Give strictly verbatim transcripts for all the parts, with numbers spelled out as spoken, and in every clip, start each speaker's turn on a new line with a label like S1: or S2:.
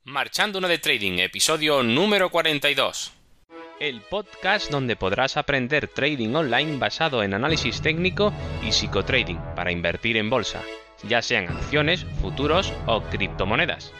S1: Marchando uno de Trading, episodio número cuarenta y dos. El podcast donde podrás aprender trading online basado en análisis técnico y psicotrading para invertir en bolsa, ya sean acciones, futuros o criptomonedas.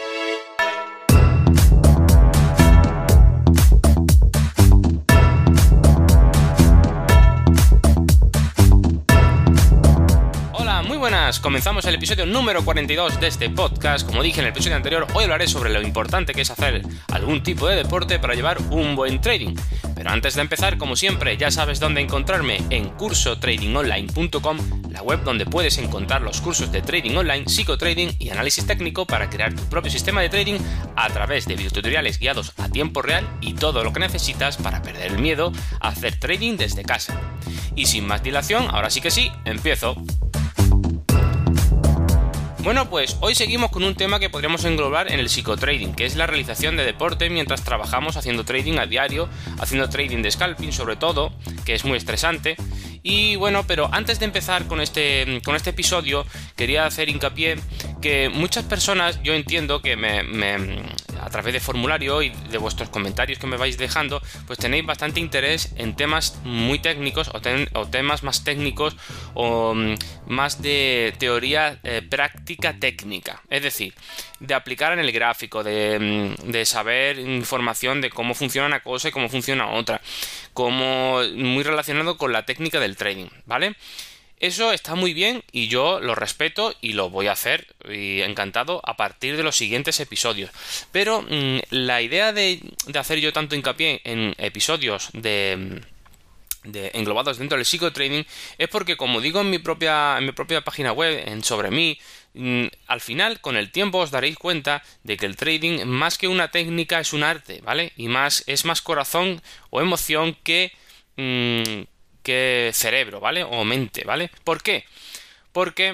S1: Muy buenas, comenzamos el episodio número cuarenta y dos de este podcast. Como dije en el episodio anterior, hoy hablaré sobre lo importante que es hacer algún tipo de deporte para llevar un buen trading. Pero antes de empezar, como siempre, ya sabes dónde encontrarme: en curso trading online punto com, la web donde puedes encontrar los cursos de trading online, psicotrading y análisis técnico para crear tu propio sistema de trading a través de videotutoriales guiados a tiempo real y todo lo que necesitas para perder el miedo a hacer trading desde casa. Y sin más dilación, ahora sí que sí, empiezo. Bueno, pues hoy seguimos con un tema que podríamos englobar en el psicotrading, que es la realización de deporte mientras trabajamos haciendo trading a diario, haciendo trading de scalping sobre todo, que es muy estresante. Y bueno, pero antes de empezar con este, con este episodio, quería hacer hincapié que muchas personas, yo entiendo que me, me, a través de formulario y de vuestros comentarios que me vais dejando, pues tenéis bastante interés en temas muy técnicos o, ten, o temas más técnicos o um, más de teoría eh, práctica técnica, es decir, de aplicar en el gráfico, de, de saber información de cómo funciona una cosa y cómo funciona otra, como muy relacionado con la técnica del trading, ¿vale? Eso está muy bien y yo lo respeto y lo voy a hacer, y encantado, a partir de los siguientes episodios. Pero mmm, la idea de, de hacer yo tanto hincapié en episodios de... De, englobados dentro del psicotrading es porque, como digo en mi propia en mi propia página web, en sobre mí, mmm, al final con el tiempo os daréis cuenta de que el trading, más que una técnica, es un arte, ¿vale? Y más es más corazón o emoción que mmm, que cerebro, ¿vale? O mente, ¿vale? ¿Por qué? Porque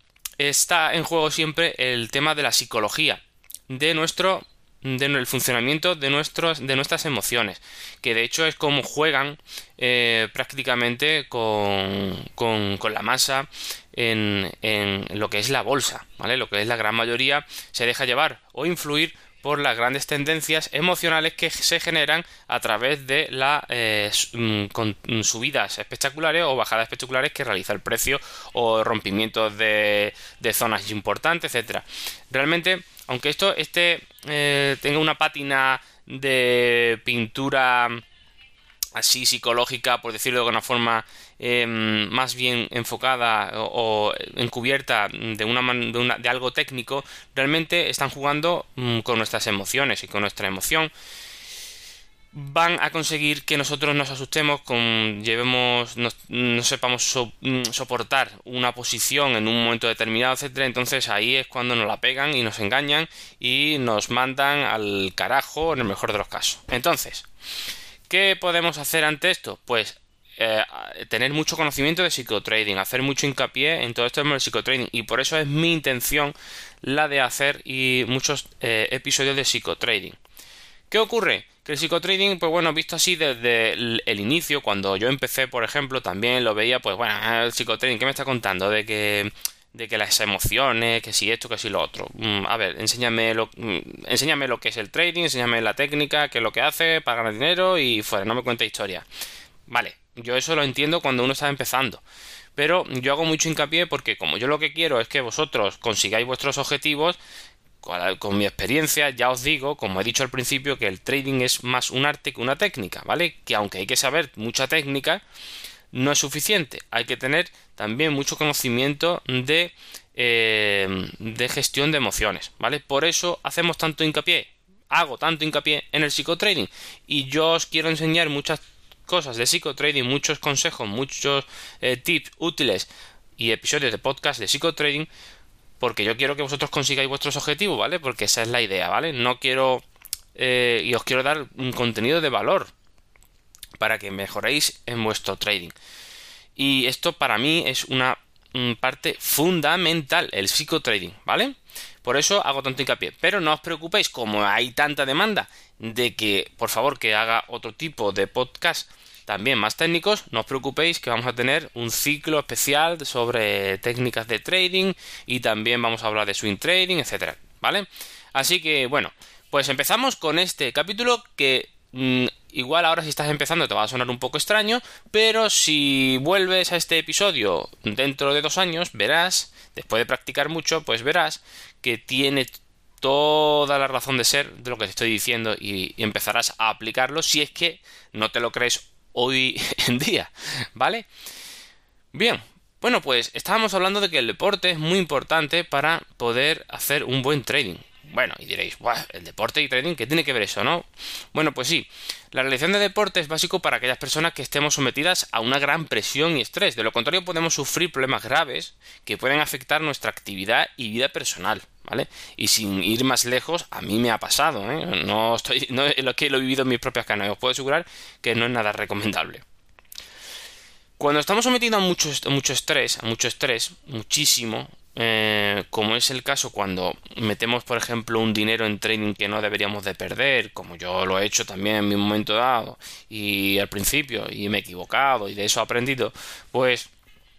S1: está en juego siempre el tema de la psicología de nuestro del funcionamiento de nuestros de nuestras emociones, que de hecho es como juegan eh, prácticamente con, con, con la masa en, en lo que es la bolsa, ¿vale? Lo que es la gran mayoría se deja llevar o influir por las grandes tendencias emocionales que se generan a través de las eh, subidas espectaculares o bajadas espectaculares que realiza el precio, o rompimientos de, de zonas importantes, etcétera. Realmente, aunque esto este, eh, tenga una pátina de pintura así psicológica, por decirlo de alguna forma, eh, más bien enfocada o, o encubierta de, una, de, una, de algo técnico, realmente están jugando mm, con nuestras emociones, y con nuestra emoción van a conseguir que nosotros nos asustemos, con llevemos no, no sepamos so, soportar una posición en un momento determinado, etcétera. Entonces ahí es cuando nos la pegan y nos engañan y nos mandan al carajo en el mejor de los casos. Entonces, ¿qué podemos hacer ante esto? Pues eh, tener mucho conocimiento de psicotrading, hacer mucho hincapié en todo esto del psicotrading, y por eso es mi intención la de hacer y muchos eh, episodios de psicotrading. ¿Qué ocurre? Que el psicotrading, pues bueno, visto así desde el, el inicio, cuando yo empecé, por ejemplo, también lo veía, pues bueno, el psicotrading, ¿qué me está contando? De que... de que las emociones, que si esto, que si lo otro. Mm, a ver, enséñame lo, mm, enséñame lo que es el trading, enséñame la técnica, qué es lo que hace para ganar dinero y fuera, no me cuente historia. Vale, yo eso lo entiendo cuando uno está empezando, pero yo hago mucho hincapié porque, como yo lo que quiero es que vosotros consigáis vuestros objetivos, con, con mi experiencia ya os digo, como he dicho al principio, que el trading es más un arte que una técnica, ¿vale? Que aunque hay que saber mucha técnica, no es suficiente, hay que tener también mucho conocimiento de, eh, de gestión de emociones, ¿vale? Por eso hacemos tanto hincapié, hago tanto hincapié en el psicotrading, y yo os quiero enseñar muchas cosas de psicotrading, muchos consejos, muchos eh, tips útiles y episodios de podcast de psicotrading, porque yo quiero que vosotros consigáis vuestros objetivos, ¿vale? Porque esa es la idea, ¿vale? No quiero eh, y os quiero dar un contenido de valor para que mejoréis en vuestro trading. Y esto para mí es una parte fundamental, el psicotrading, ¿vale? Por eso hago tanto hincapié. Pero no os preocupéis, como hay tanta demanda de que, por favor, que haga otro tipo de podcast también más técnicos, no os preocupéis que vamos a tener un ciclo especial sobre técnicas de trading, y también vamos a hablar de swing trading, etcétera. ¿vale? Así que, bueno, pues empezamos con este capítulo que mmm, igual ahora si estás empezando te va a sonar un poco extraño, pero si vuelves a este episodio dentro de dos años, verás, después de practicar mucho, pues verás que tiene toda la razón de ser de lo que te estoy diciendo y, y empezarás a aplicarlo si es que no te lo crees hoy en día, ¿vale? Bien, bueno, pues estábamos hablando de que el deporte es muy importante para poder hacer un buen trading. Bueno, y diréis, ¡buah! El deporte y trading, ¿qué tiene que ver eso, no? Bueno, pues sí, la realización de deporte es básico para aquellas personas que estemos sometidas a una gran presión y estrés. De lo contrario, podemos sufrir problemas graves que pueden afectar nuestra actividad y vida personal, ¿vale? Y sin ir más lejos, a mí me ha pasado, ¿eh? No estoy, no es lo que lo he vivido en mis propias carnes. Os puedo asegurar que no es nada recomendable. Cuando estamos sometidos a mucho, a mucho estrés, a mucho estrés, muchísimo, eh, como es el caso cuando metemos, por ejemplo, un dinero en trading que no deberíamos de perder, como yo lo he hecho también en mi momento dado, y al principio, y me he equivocado, y de eso he aprendido, pues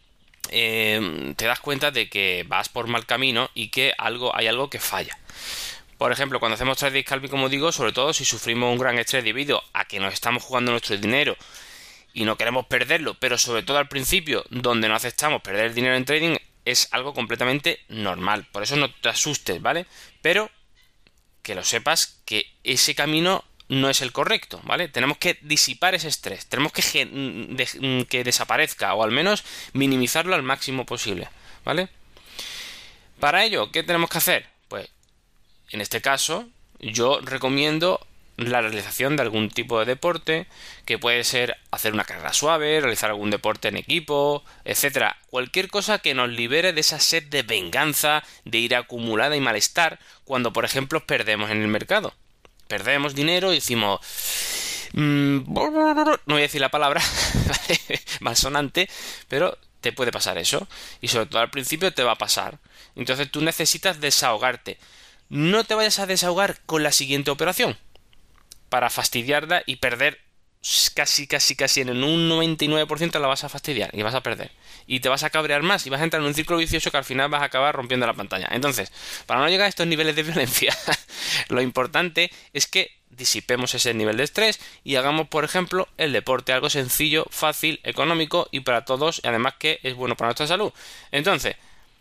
S1: eh, te das cuenta de que vas por mal camino y que algo, hay algo que falla. Por ejemplo, cuando hacemos trading scalping, como digo, sobre todo si sufrimos un gran estrés debido a que nos estamos jugando nuestro dinero y no queremos perderlo, pero sobre todo al principio, donde no aceptamos perder el dinero en trading, es algo completamente normal. Por eso no te asustes, ¿vale? Pero que lo sepas que ese camino no es el correcto, ¿vale? Tenemos que disipar ese estrés, tenemos que de que desaparezca o al menos minimizarlo al máximo posible, ¿vale? Para ello, ¿qué tenemos que hacer? Pues, en este caso, yo recomiendo la realización de algún tipo de deporte, que puede ser hacer una carrera suave, realizar algún deporte en equipo, etcétera. Cualquier cosa que nos libere de esa sed de venganza, de ira acumulada y malestar cuando, por ejemplo, perdemos en el mercado. Perdemos dinero y decimos... Mmm, no voy a decir la palabra, malsonante, pero te puede pasar eso. Y sobre todo al principio te va a pasar. Entonces tú necesitas desahogarte. No te vayas a desahogar con la siguiente operación para fastidiarla y perder casi, casi, casi en un noventa y nueve por ciento la vas a fastidiar y vas a perder. Y te vas a cabrear más y vas a entrar en un círculo vicioso que al final vas a acabar rompiendo la pantalla. Entonces, para no llegar a estos niveles de violencia, lo importante es que disipemos ese nivel de estrés y hagamos, por ejemplo, el deporte, algo sencillo, fácil, económico y para todos, y además que es bueno para nuestra salud. Entonces,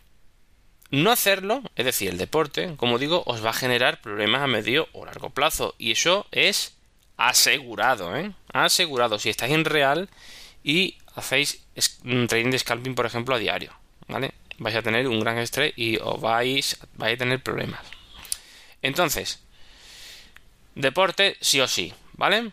S1: no hacerlo, es decir, el deporte, como digo, os va a generar problemas a medio o largo plazo. Y eso es asegurado, ¿eh? Asegurado. Si estáis en real y hacéis trading de scalping, por ejemplo, a diario, ¿vale? Vais a tener un gran estrés y os vais, vais a tener problemas. Entonces, deporte sí o sí, ¿vale?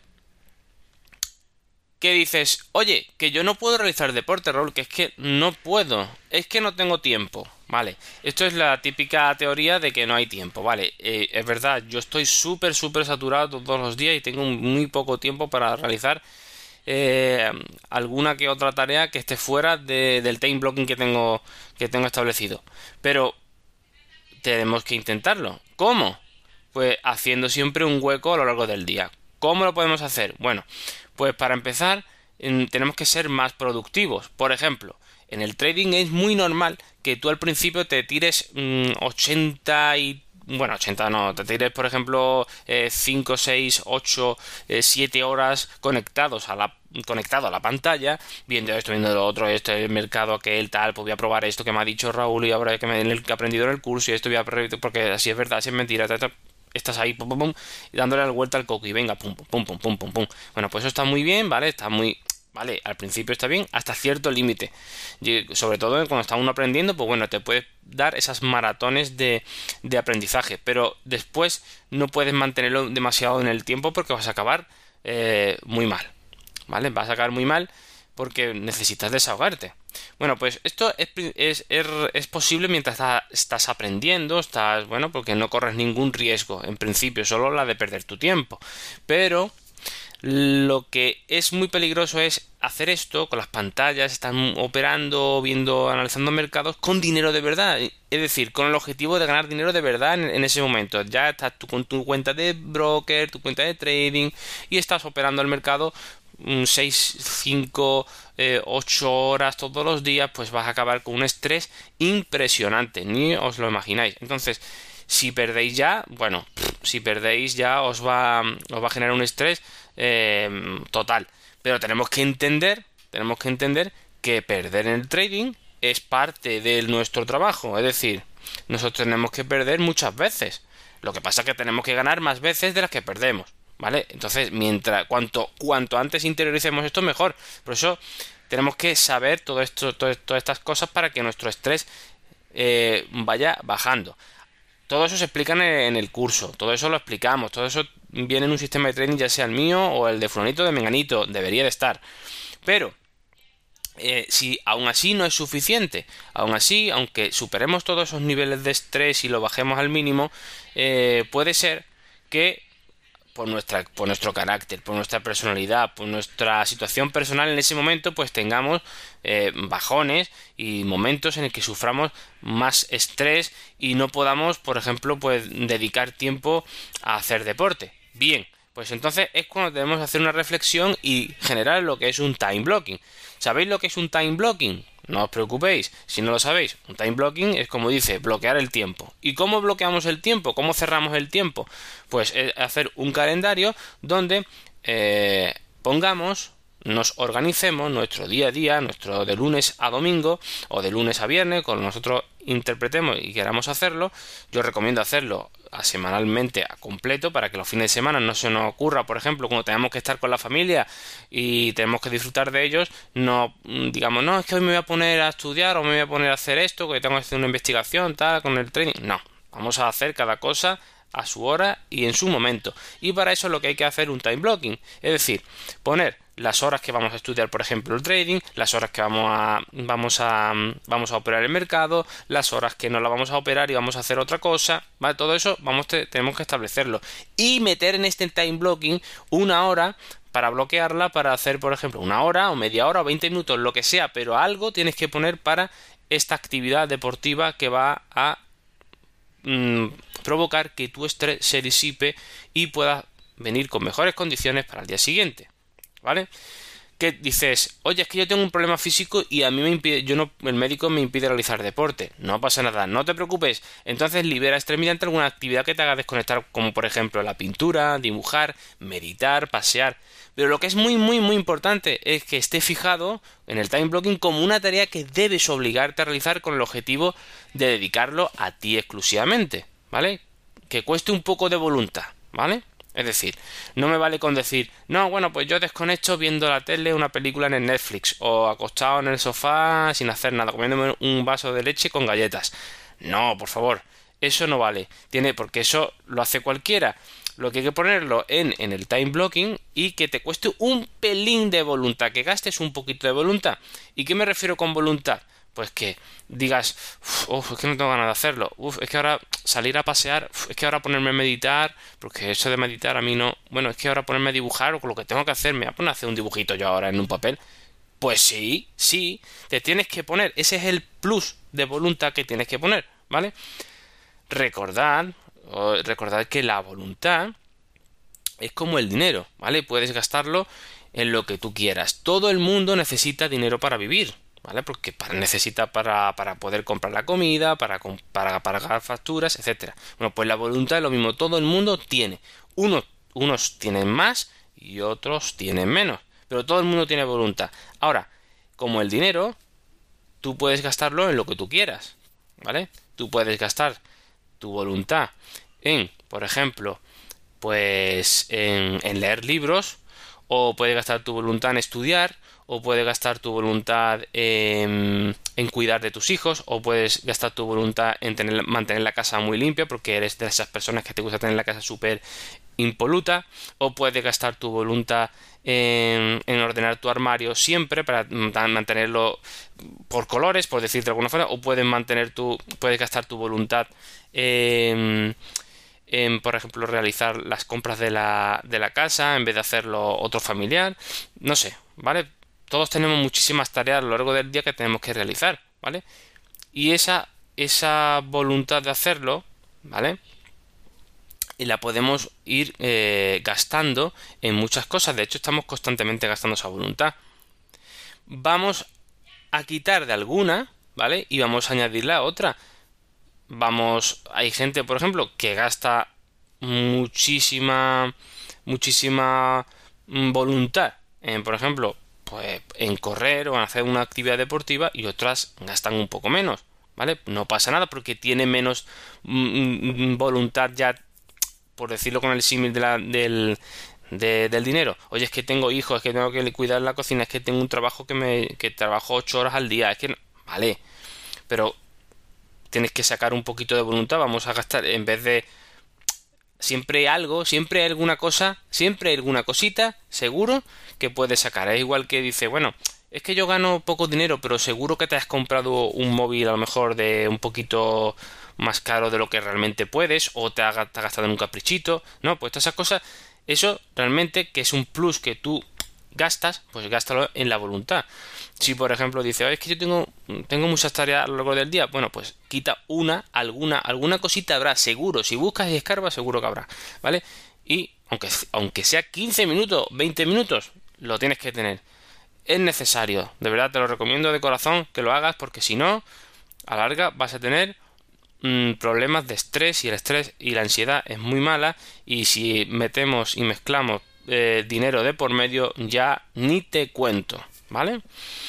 S1: ¿Qué dices? Oye, que yo no puedo realizar deporte, Raúl, que es que no puedo, es que no tengo tiempo. Vale, esto es la típica teoría de que no hay tiempo, vale, eh, es verdad, yo estoy súper, súper saturado todos los días y tengo muy poco tiempo para realizar eh, alguna que otra tarea que esté fuera de, del time blocking que tengo, que tengo establecido. Pero tenemos que intentarlo. ¿Cómo? Pues haciendo siempre un hueco a lo largo del día. ¿Cómo lo podemos hacer? Bueno, pues para empezar en, tenemos que ser más productivos. Por ejemplo, en el trading es muy normal que tú al principio te tires mmm, ochenta y... Bueno, ochenta no, te tires por ejemplo eh, cinco, seis, ocho, siete horas conectados a la, conectado a la pantalla, viendo esto, viendo lo otro, este mercado, aquel, tal, pues voy a probar esto que me ha dicho Raúl y ahora que me he aprendido en el curso y esto voy a probar, porque así es verdad, así es mentira, ta, ta, estás ahí, pum, pum, pum, y dándole la vuelta al coco y venga, pum, pum, pum, pum, pum, pum. Bueno, pues eso está muy bien, ¿vale? Está muy... Vale, al principio está bien, hasta cierto límite. Sobre todo cuando está uno aprendiendo, pues bueno, te puedes dar esas maratones de, de aprendizaje, pero después no puedes mantenerlo demasiado en el tiempo porque vas a acabar eh, muy mal, ¿vale? Vas a acabar muy mal porque necesitas desahogarte. Bueno, pues esto es, es, es, es posible mientras está, estás aprendiendo, estás, bueno, porque no corres ningún riesgo, en principio, solo la de perder tu tiempo. Pero lo que es muy peligroso es hacer esto con las pantallas, están operando, viendo, analizando mercados con dinero de verdad, es decir, con el objetivo de ganar dinero de verdad en, en ese momento. Ya estás tú con tu cuenta de broker, tu cuenta de trading y estás operando el mercado seis, cinco, ocho horas todos los días, pues vas a acabar con un estrés impresionante, ni os lo imagináis. Entonces, Si perdéis ya, bueno, si perdéis ya os va, os va a generar un estrés eh, total. Pero tenemos que entender, tenemos que entender que perder en el trading es parte de nuestro trabajo. Es decir, nosotros tenemos que perder muchas veces. Lo que pasa es que tenemos que ganar más veces de las que perdemos, ¿vale? Entonces, mientras cuanto, cuanto antes interioricemos esto, mejor. Por eso tenemos que saber todo esto, todo, todas estas cosas para que nuestro estrés eh, vaya bajando. Todo eso se explica en el, en el curso, todo eso lo explicamos, todo eso viene en un sistema de trading, ya sea el mío o el de fulanito de menganito, debería de estar. Pero eh, si aún así no es suficiente, aún así, aunque superemos todos esos niveles de estrés y lo bajemos al mínimo, eh, puede ser que por nuestra, por nuestro carácter, por nuestra personalidad, por nuestra situación personal en ese momento, pues tengamos eh, bajones y momentos en el que suframos más estrés y no podamos, por ejemplo, pues dedicar tiempo a hacer deporte. Bien, pues entonces es cuando debemos hacer una reflexión y generar lo que es un time blocking. ¿Sabéis lo que es un time blocking? No os preocupéis, si no lo sabéis, un time blocking es como dice, bloquear el tiempo. ¿Y cómo bloqueamos el tiempo? ¿Cómo cerramos el tiempo? Pues es hacer un calendario donde eh, pongamos, nos organicemos nuestro día a día, nuestro de lunes a domingo o de lunes a viernes, como nosotros interpretemos y queramos hacerlo. Yo recomiendo hacerlo a semanalmente a completo para que los fines de semana no se nos ocurra, por ejemplo, cuando tenemos que estar con la familia y tenemos que disfrutar de ellos, no digamos, no, es que hoy me voy a poner a estudiar o me voy a poner a hacer esto, que tengo que hacer una investigación, tal, con el trading. No, vamos a hacer cada cosa a su hora y en su momento. Y para eso lo que hay que hacer es un time blocking, es decir, poner las horas que vamos a estudiar, por ejemplo, el trading, las horas que vamos a vamos a vamos a operar el mercado, las horas que no la vamos a operar y vamos a hacer otra cosa, ¿vale? Todo eso vamos te, tenemos que establecerlo y meter en este time blocking una hora para bloquearla, para hacer, por ejemplo, una hora o media hora o veinte minutos, lo que sea, pero algo tienes que poner para esta actividad deportiva que va a mmm, provocar que tu estrés se disipe y puedas venir con mejores condiciones para el día siguiente, ¿vale? Que dices, oye, es que yo tengo un problema físico y a mí me impide, yo no, el médico me impide realizar deporte. No pasa nada, no te preocupes. Entonces libera estrés mediante alguna actividad que te haga desconectar, como por ejemplo la pintura, dibujar, meditar, pasear. Pero lo que es muy, muy, muy importante es que esté fijado en el time blocking como una tarea que debes obligarte a realizar con el objetivo de dedicarlo a ti exclusivamente, ¿vale? Que cueste un poco de voluntad, ¿vale? Es decir, no me vale con decir, no, bueno, pues yo desconecto viendo la tele, una película en el Netflix, o acostado en el sofá sin hacer nada, comiéndome un vaso de leche con galletas. No, por favor, eso no vale. Tiene, porque eso lo hace cualquiera. Lo que hay que ponerlo en, en el time blocking y que te cueste un pelín de voluntad, que gastes un poquito de voluntad. ¿Y qué me refiero con voluntad? Pues que digas, uff, es que no tengo ganas de hacerlo, uf, es que ahora salir a pasear, uf, es que ahora ponerme a meditar, porque eso de meditar a mí no, bueno, es que ahora ponerme a dibujar o con lo que tengo que hacer, me voy a poner a hacer un dibujito yo ahora en un papel. Pues sí, sí, te tienes que poner, ese es el plus de voluntad que tienes que poner, ¿vale? Recordad, recordad que la voluntad es como el dinero, ¿vale? Puedes gastarlo en lo que tú quieras. Todo el mundo necesita dinero para vivir, ¿vale? Porque para, necesita para, para poder comprar la comida, para, para pagar facturas, etcétera. Bueno, pues la voluntad es lo mismo, todo el mundo tiene. Unos, unos tienen más y otros tienen menos, pero todo el mundo tiene voluntad. Ahora, como el dinero, tú puedes gastarlo en lo que tú quieras, ¿vale? Tú puedes gastar tu voluntad en, por ejemplo, pues en, en leer libros, o puedes gastar tu voluntad en estudiar, o puedes gastar tu voluntad en, en cuidar de tus hijos, o puedes gastar tu voluntad en tener, mantener la casa muy limpia porque eres de esas personas que te gusta tener la casa súper impoluta, o puedes gastar tu voluntad en, en ordenar tu armario siempre para mantenerlo por colores, por decirte de alguna forma, o puedes mantener tu, puedes gastar tu voluntad en, en, por ejemplo, realizar las compras de la, de la casa en vez de hacerlo otro familiar, no sé, ¿vale? Todos tenemos muchísimas tareas a lo largo del día que tenemos que realizar, ¿vale? Y esa, esa voluntad de hacerlo, ¿vale? Y la podemos ir eh, gastando en muchas cosas. De hecho, estamos constantemente gastando esa voluntad. Vamos a quitar de alguna, ¿vale? Y vamos a añadirle a otra. vamos, hay gente, por ejemplo, que gasta muchísima, muchísima voluntad en, por ejemplo, pues en correr o en hacer una actividad deportiva, y otras gastan un poco menos, ¿vale? No pasa nada porque tiene menos mm, voluntad ya, por decirlo con el símil de la, del, de, del dinero. Oye, es que tengo hijos, es que tengo que cuidar la cocina, es que tengo un trabajo que me que trabajo ocho horas al día, es que no, vale, pero tienes que sacar un poquito de voluntad. Vamos a gastar, en vez de siempre hay algo, siempre hay alguna cosa, siempre hay alguna cosita, seguro, que puedes sacar. Es igual que dice, bueno, es que yo gano poco dinero, pero seguro que te has comprado un móvil a lo mejor de un poquito más caro de lo que realmente puedes, o te has gastado en un caprichito. No, pues todas esas cosas, eso realmente que es un plus que tú gastas, pues gástalo en la voluntad. Si por ejemplo dice, oh, es que yo tengo, tengo muchas tareas a lo largo del día, bueno, pues quita una, alguna, alguna cosita habrá, seguro. Si buscas y escarbas, seguro que habrá, ¿vale? Y aunque, aunque sea quince minutos, veinte minutos, lo tienes que tener. Es necesario, de verdad te lo recomiendo de corazón que lo hagas, porque si no, a la larga vas a tener mmm, problemas de estrés, y el estrés y la ansiedad es muy mala, y si metemos y mezclamos eh, dinero de por medio, ya ni te cuento, ¿vale?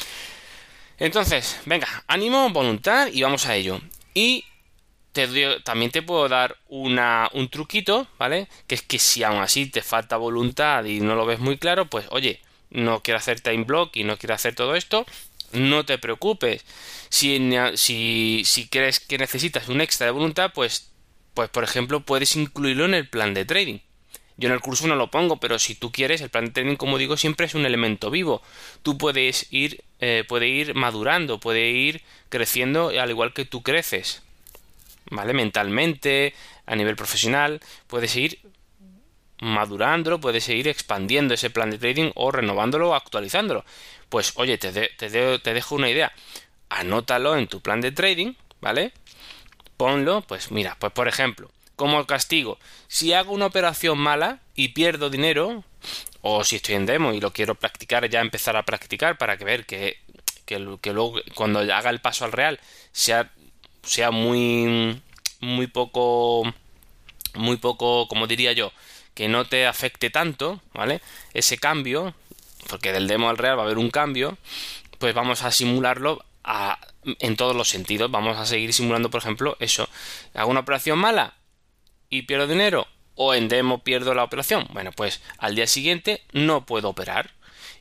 S1: Entonces, venga, ánimo, voluntad y vamos a ello. Y te doy, también te puedo dar una, un truquito, ¿vale? Que es que si aún así te falta voluntad y no lo ves muy claro, pues oye, no quiero hacer time block y no quiero hacer todo esto, no te preocupes. Si, si, si crees que necesitas un extra de voluntad, pues, pues por ejemplo puedes incluirlo en el plan de trading. Yo en el curso no lo pongo, pero si tú quieres, el plan de trading, como digo, siempre es un elemento vivo. Tú puedes ir, eh, puede ir madurando, puede ir creciendo al igual que tú creces, ¿vale? Mentalmente, a nivel profesional, puedes ir madurándolo, puedes seguir expandiendo ese plan de trading o renovándolo o actualizándolo. Pues oye, te, de, te, de, te dejo una idea. Anótalo en tu plan de trading, ¿vale? Ponlo, pues mira, pues por ejemplo, como castigo, si hago una operación mala y pierdo dinero, o si estoy en demo y lo quiero practicar, ya empezar a practicar para que ver que, que, que luego cuando haga el paso al real sea, sea muy, muy poco, muy poco, como diría yo, que no te afecte tanto, ¿vale? Ese cambio, porque del demo al real va a haber un cambio, pues vamos a simularlo a, en todos los sentidos. Vamos a seguir simulando, por ejemplo, eso. Hago una operación mala y pierdo dinero, o en demo pierdo la operación. Bueno, pues al día siguiente no puedo operar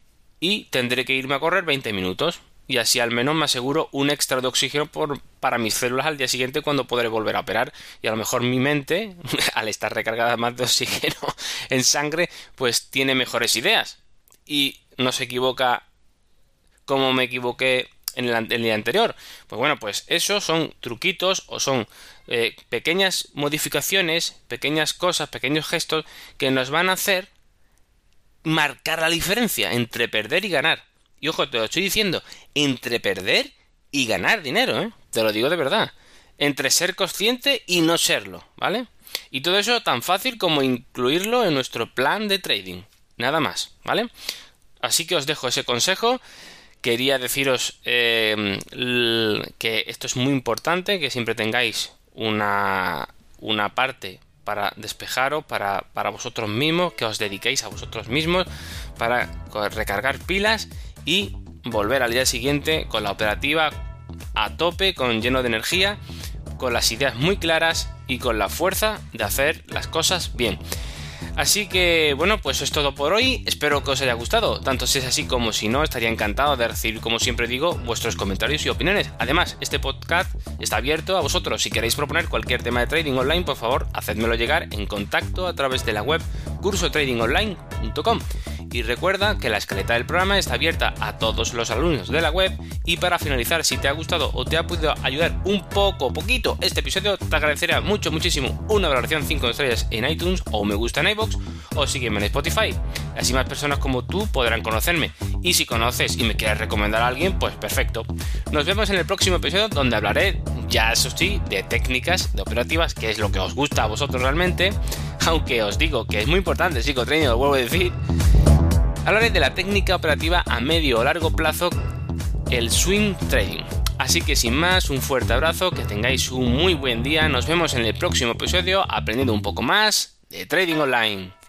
S1: y tendré que irme a correr veinte minutos. Y así al menos me aseguro un extra de oxígeno por, para mis células al día siguiente, cuando podré volver a operar. Y a lo mejor mi mente, al estar recargada más de oxígeno en sangre, pues tiene mejores ideas. Y no se equivoca como me equivoqué en el, en el día anterior. Pues bueno, pues esos son truquitos o son eh, pequeñas modificaciones, pequeñas cosas, pequeños gestos que nos van a hacer marcar la diferencia entre perder y ganar. Y ojo, te lo estoy diciendo, entre perder y ganar dinero, ¿eh? Te lo digo de verdad. Entre ser consciente y no serlo, ¿vale? Y todo eso tan fácil como incluirlo en nuestro plan de trading. Nada más, ¿vale? Así que os dejo ese consejo. Quería deciros eh, que esto es muy importante, que siempre tengáis una, una parte para despejaros, para, para vosotros mismos, que os dediquéis a vosotros mismos, para recargar pilas y volver al día siguiente con la operativa a tope, con lleno de energía, con las ideas muy claras y con la fuerza de hacer las cosas bien. Así que bueno, pues eso es todo por hoy. Espero que os haya gustado. Tanto si es así como si no, estaría encantado de recibir, como siempre digo, vuestros comentarios y opiniones. Además, este podcast está abierto a vosotros. Si queréis proponer cualquier tema de trading online, por favor, hacedmelo llegar en contacto a través de la web curso trading online punto com. Y recuerda que la escaleta del programa está abierta a todos los alumnos de la web. Y para finalizar, si te ha gustado o te ha podido ayudar un poco, poquito este episodio, te agradecería mucho, muchísimo una valoración cinco estrellas en iTunes o me gusta en iVoox, o sígueme en Spotify. Así más personas como tú podrán conocerme. Y si conoces y me quieres recomendar a alguien, pues perfecto. Nos vemos en el próximo episodio, donde hablaré, ya eso sí, de técnicas, de operativas, que es lo que os gusta a vosotros realmente. Aunque os digo que es muy importante, psicotrading, os vuelvo a decir. Hablaré de la técnica operativa a medio o largo plazo, el swing trading. Así que sin más, un fuerte abrazo, que tengáis un muy buen día, nos vemos en el próximo episodio aprendiendo un poco más de trading online.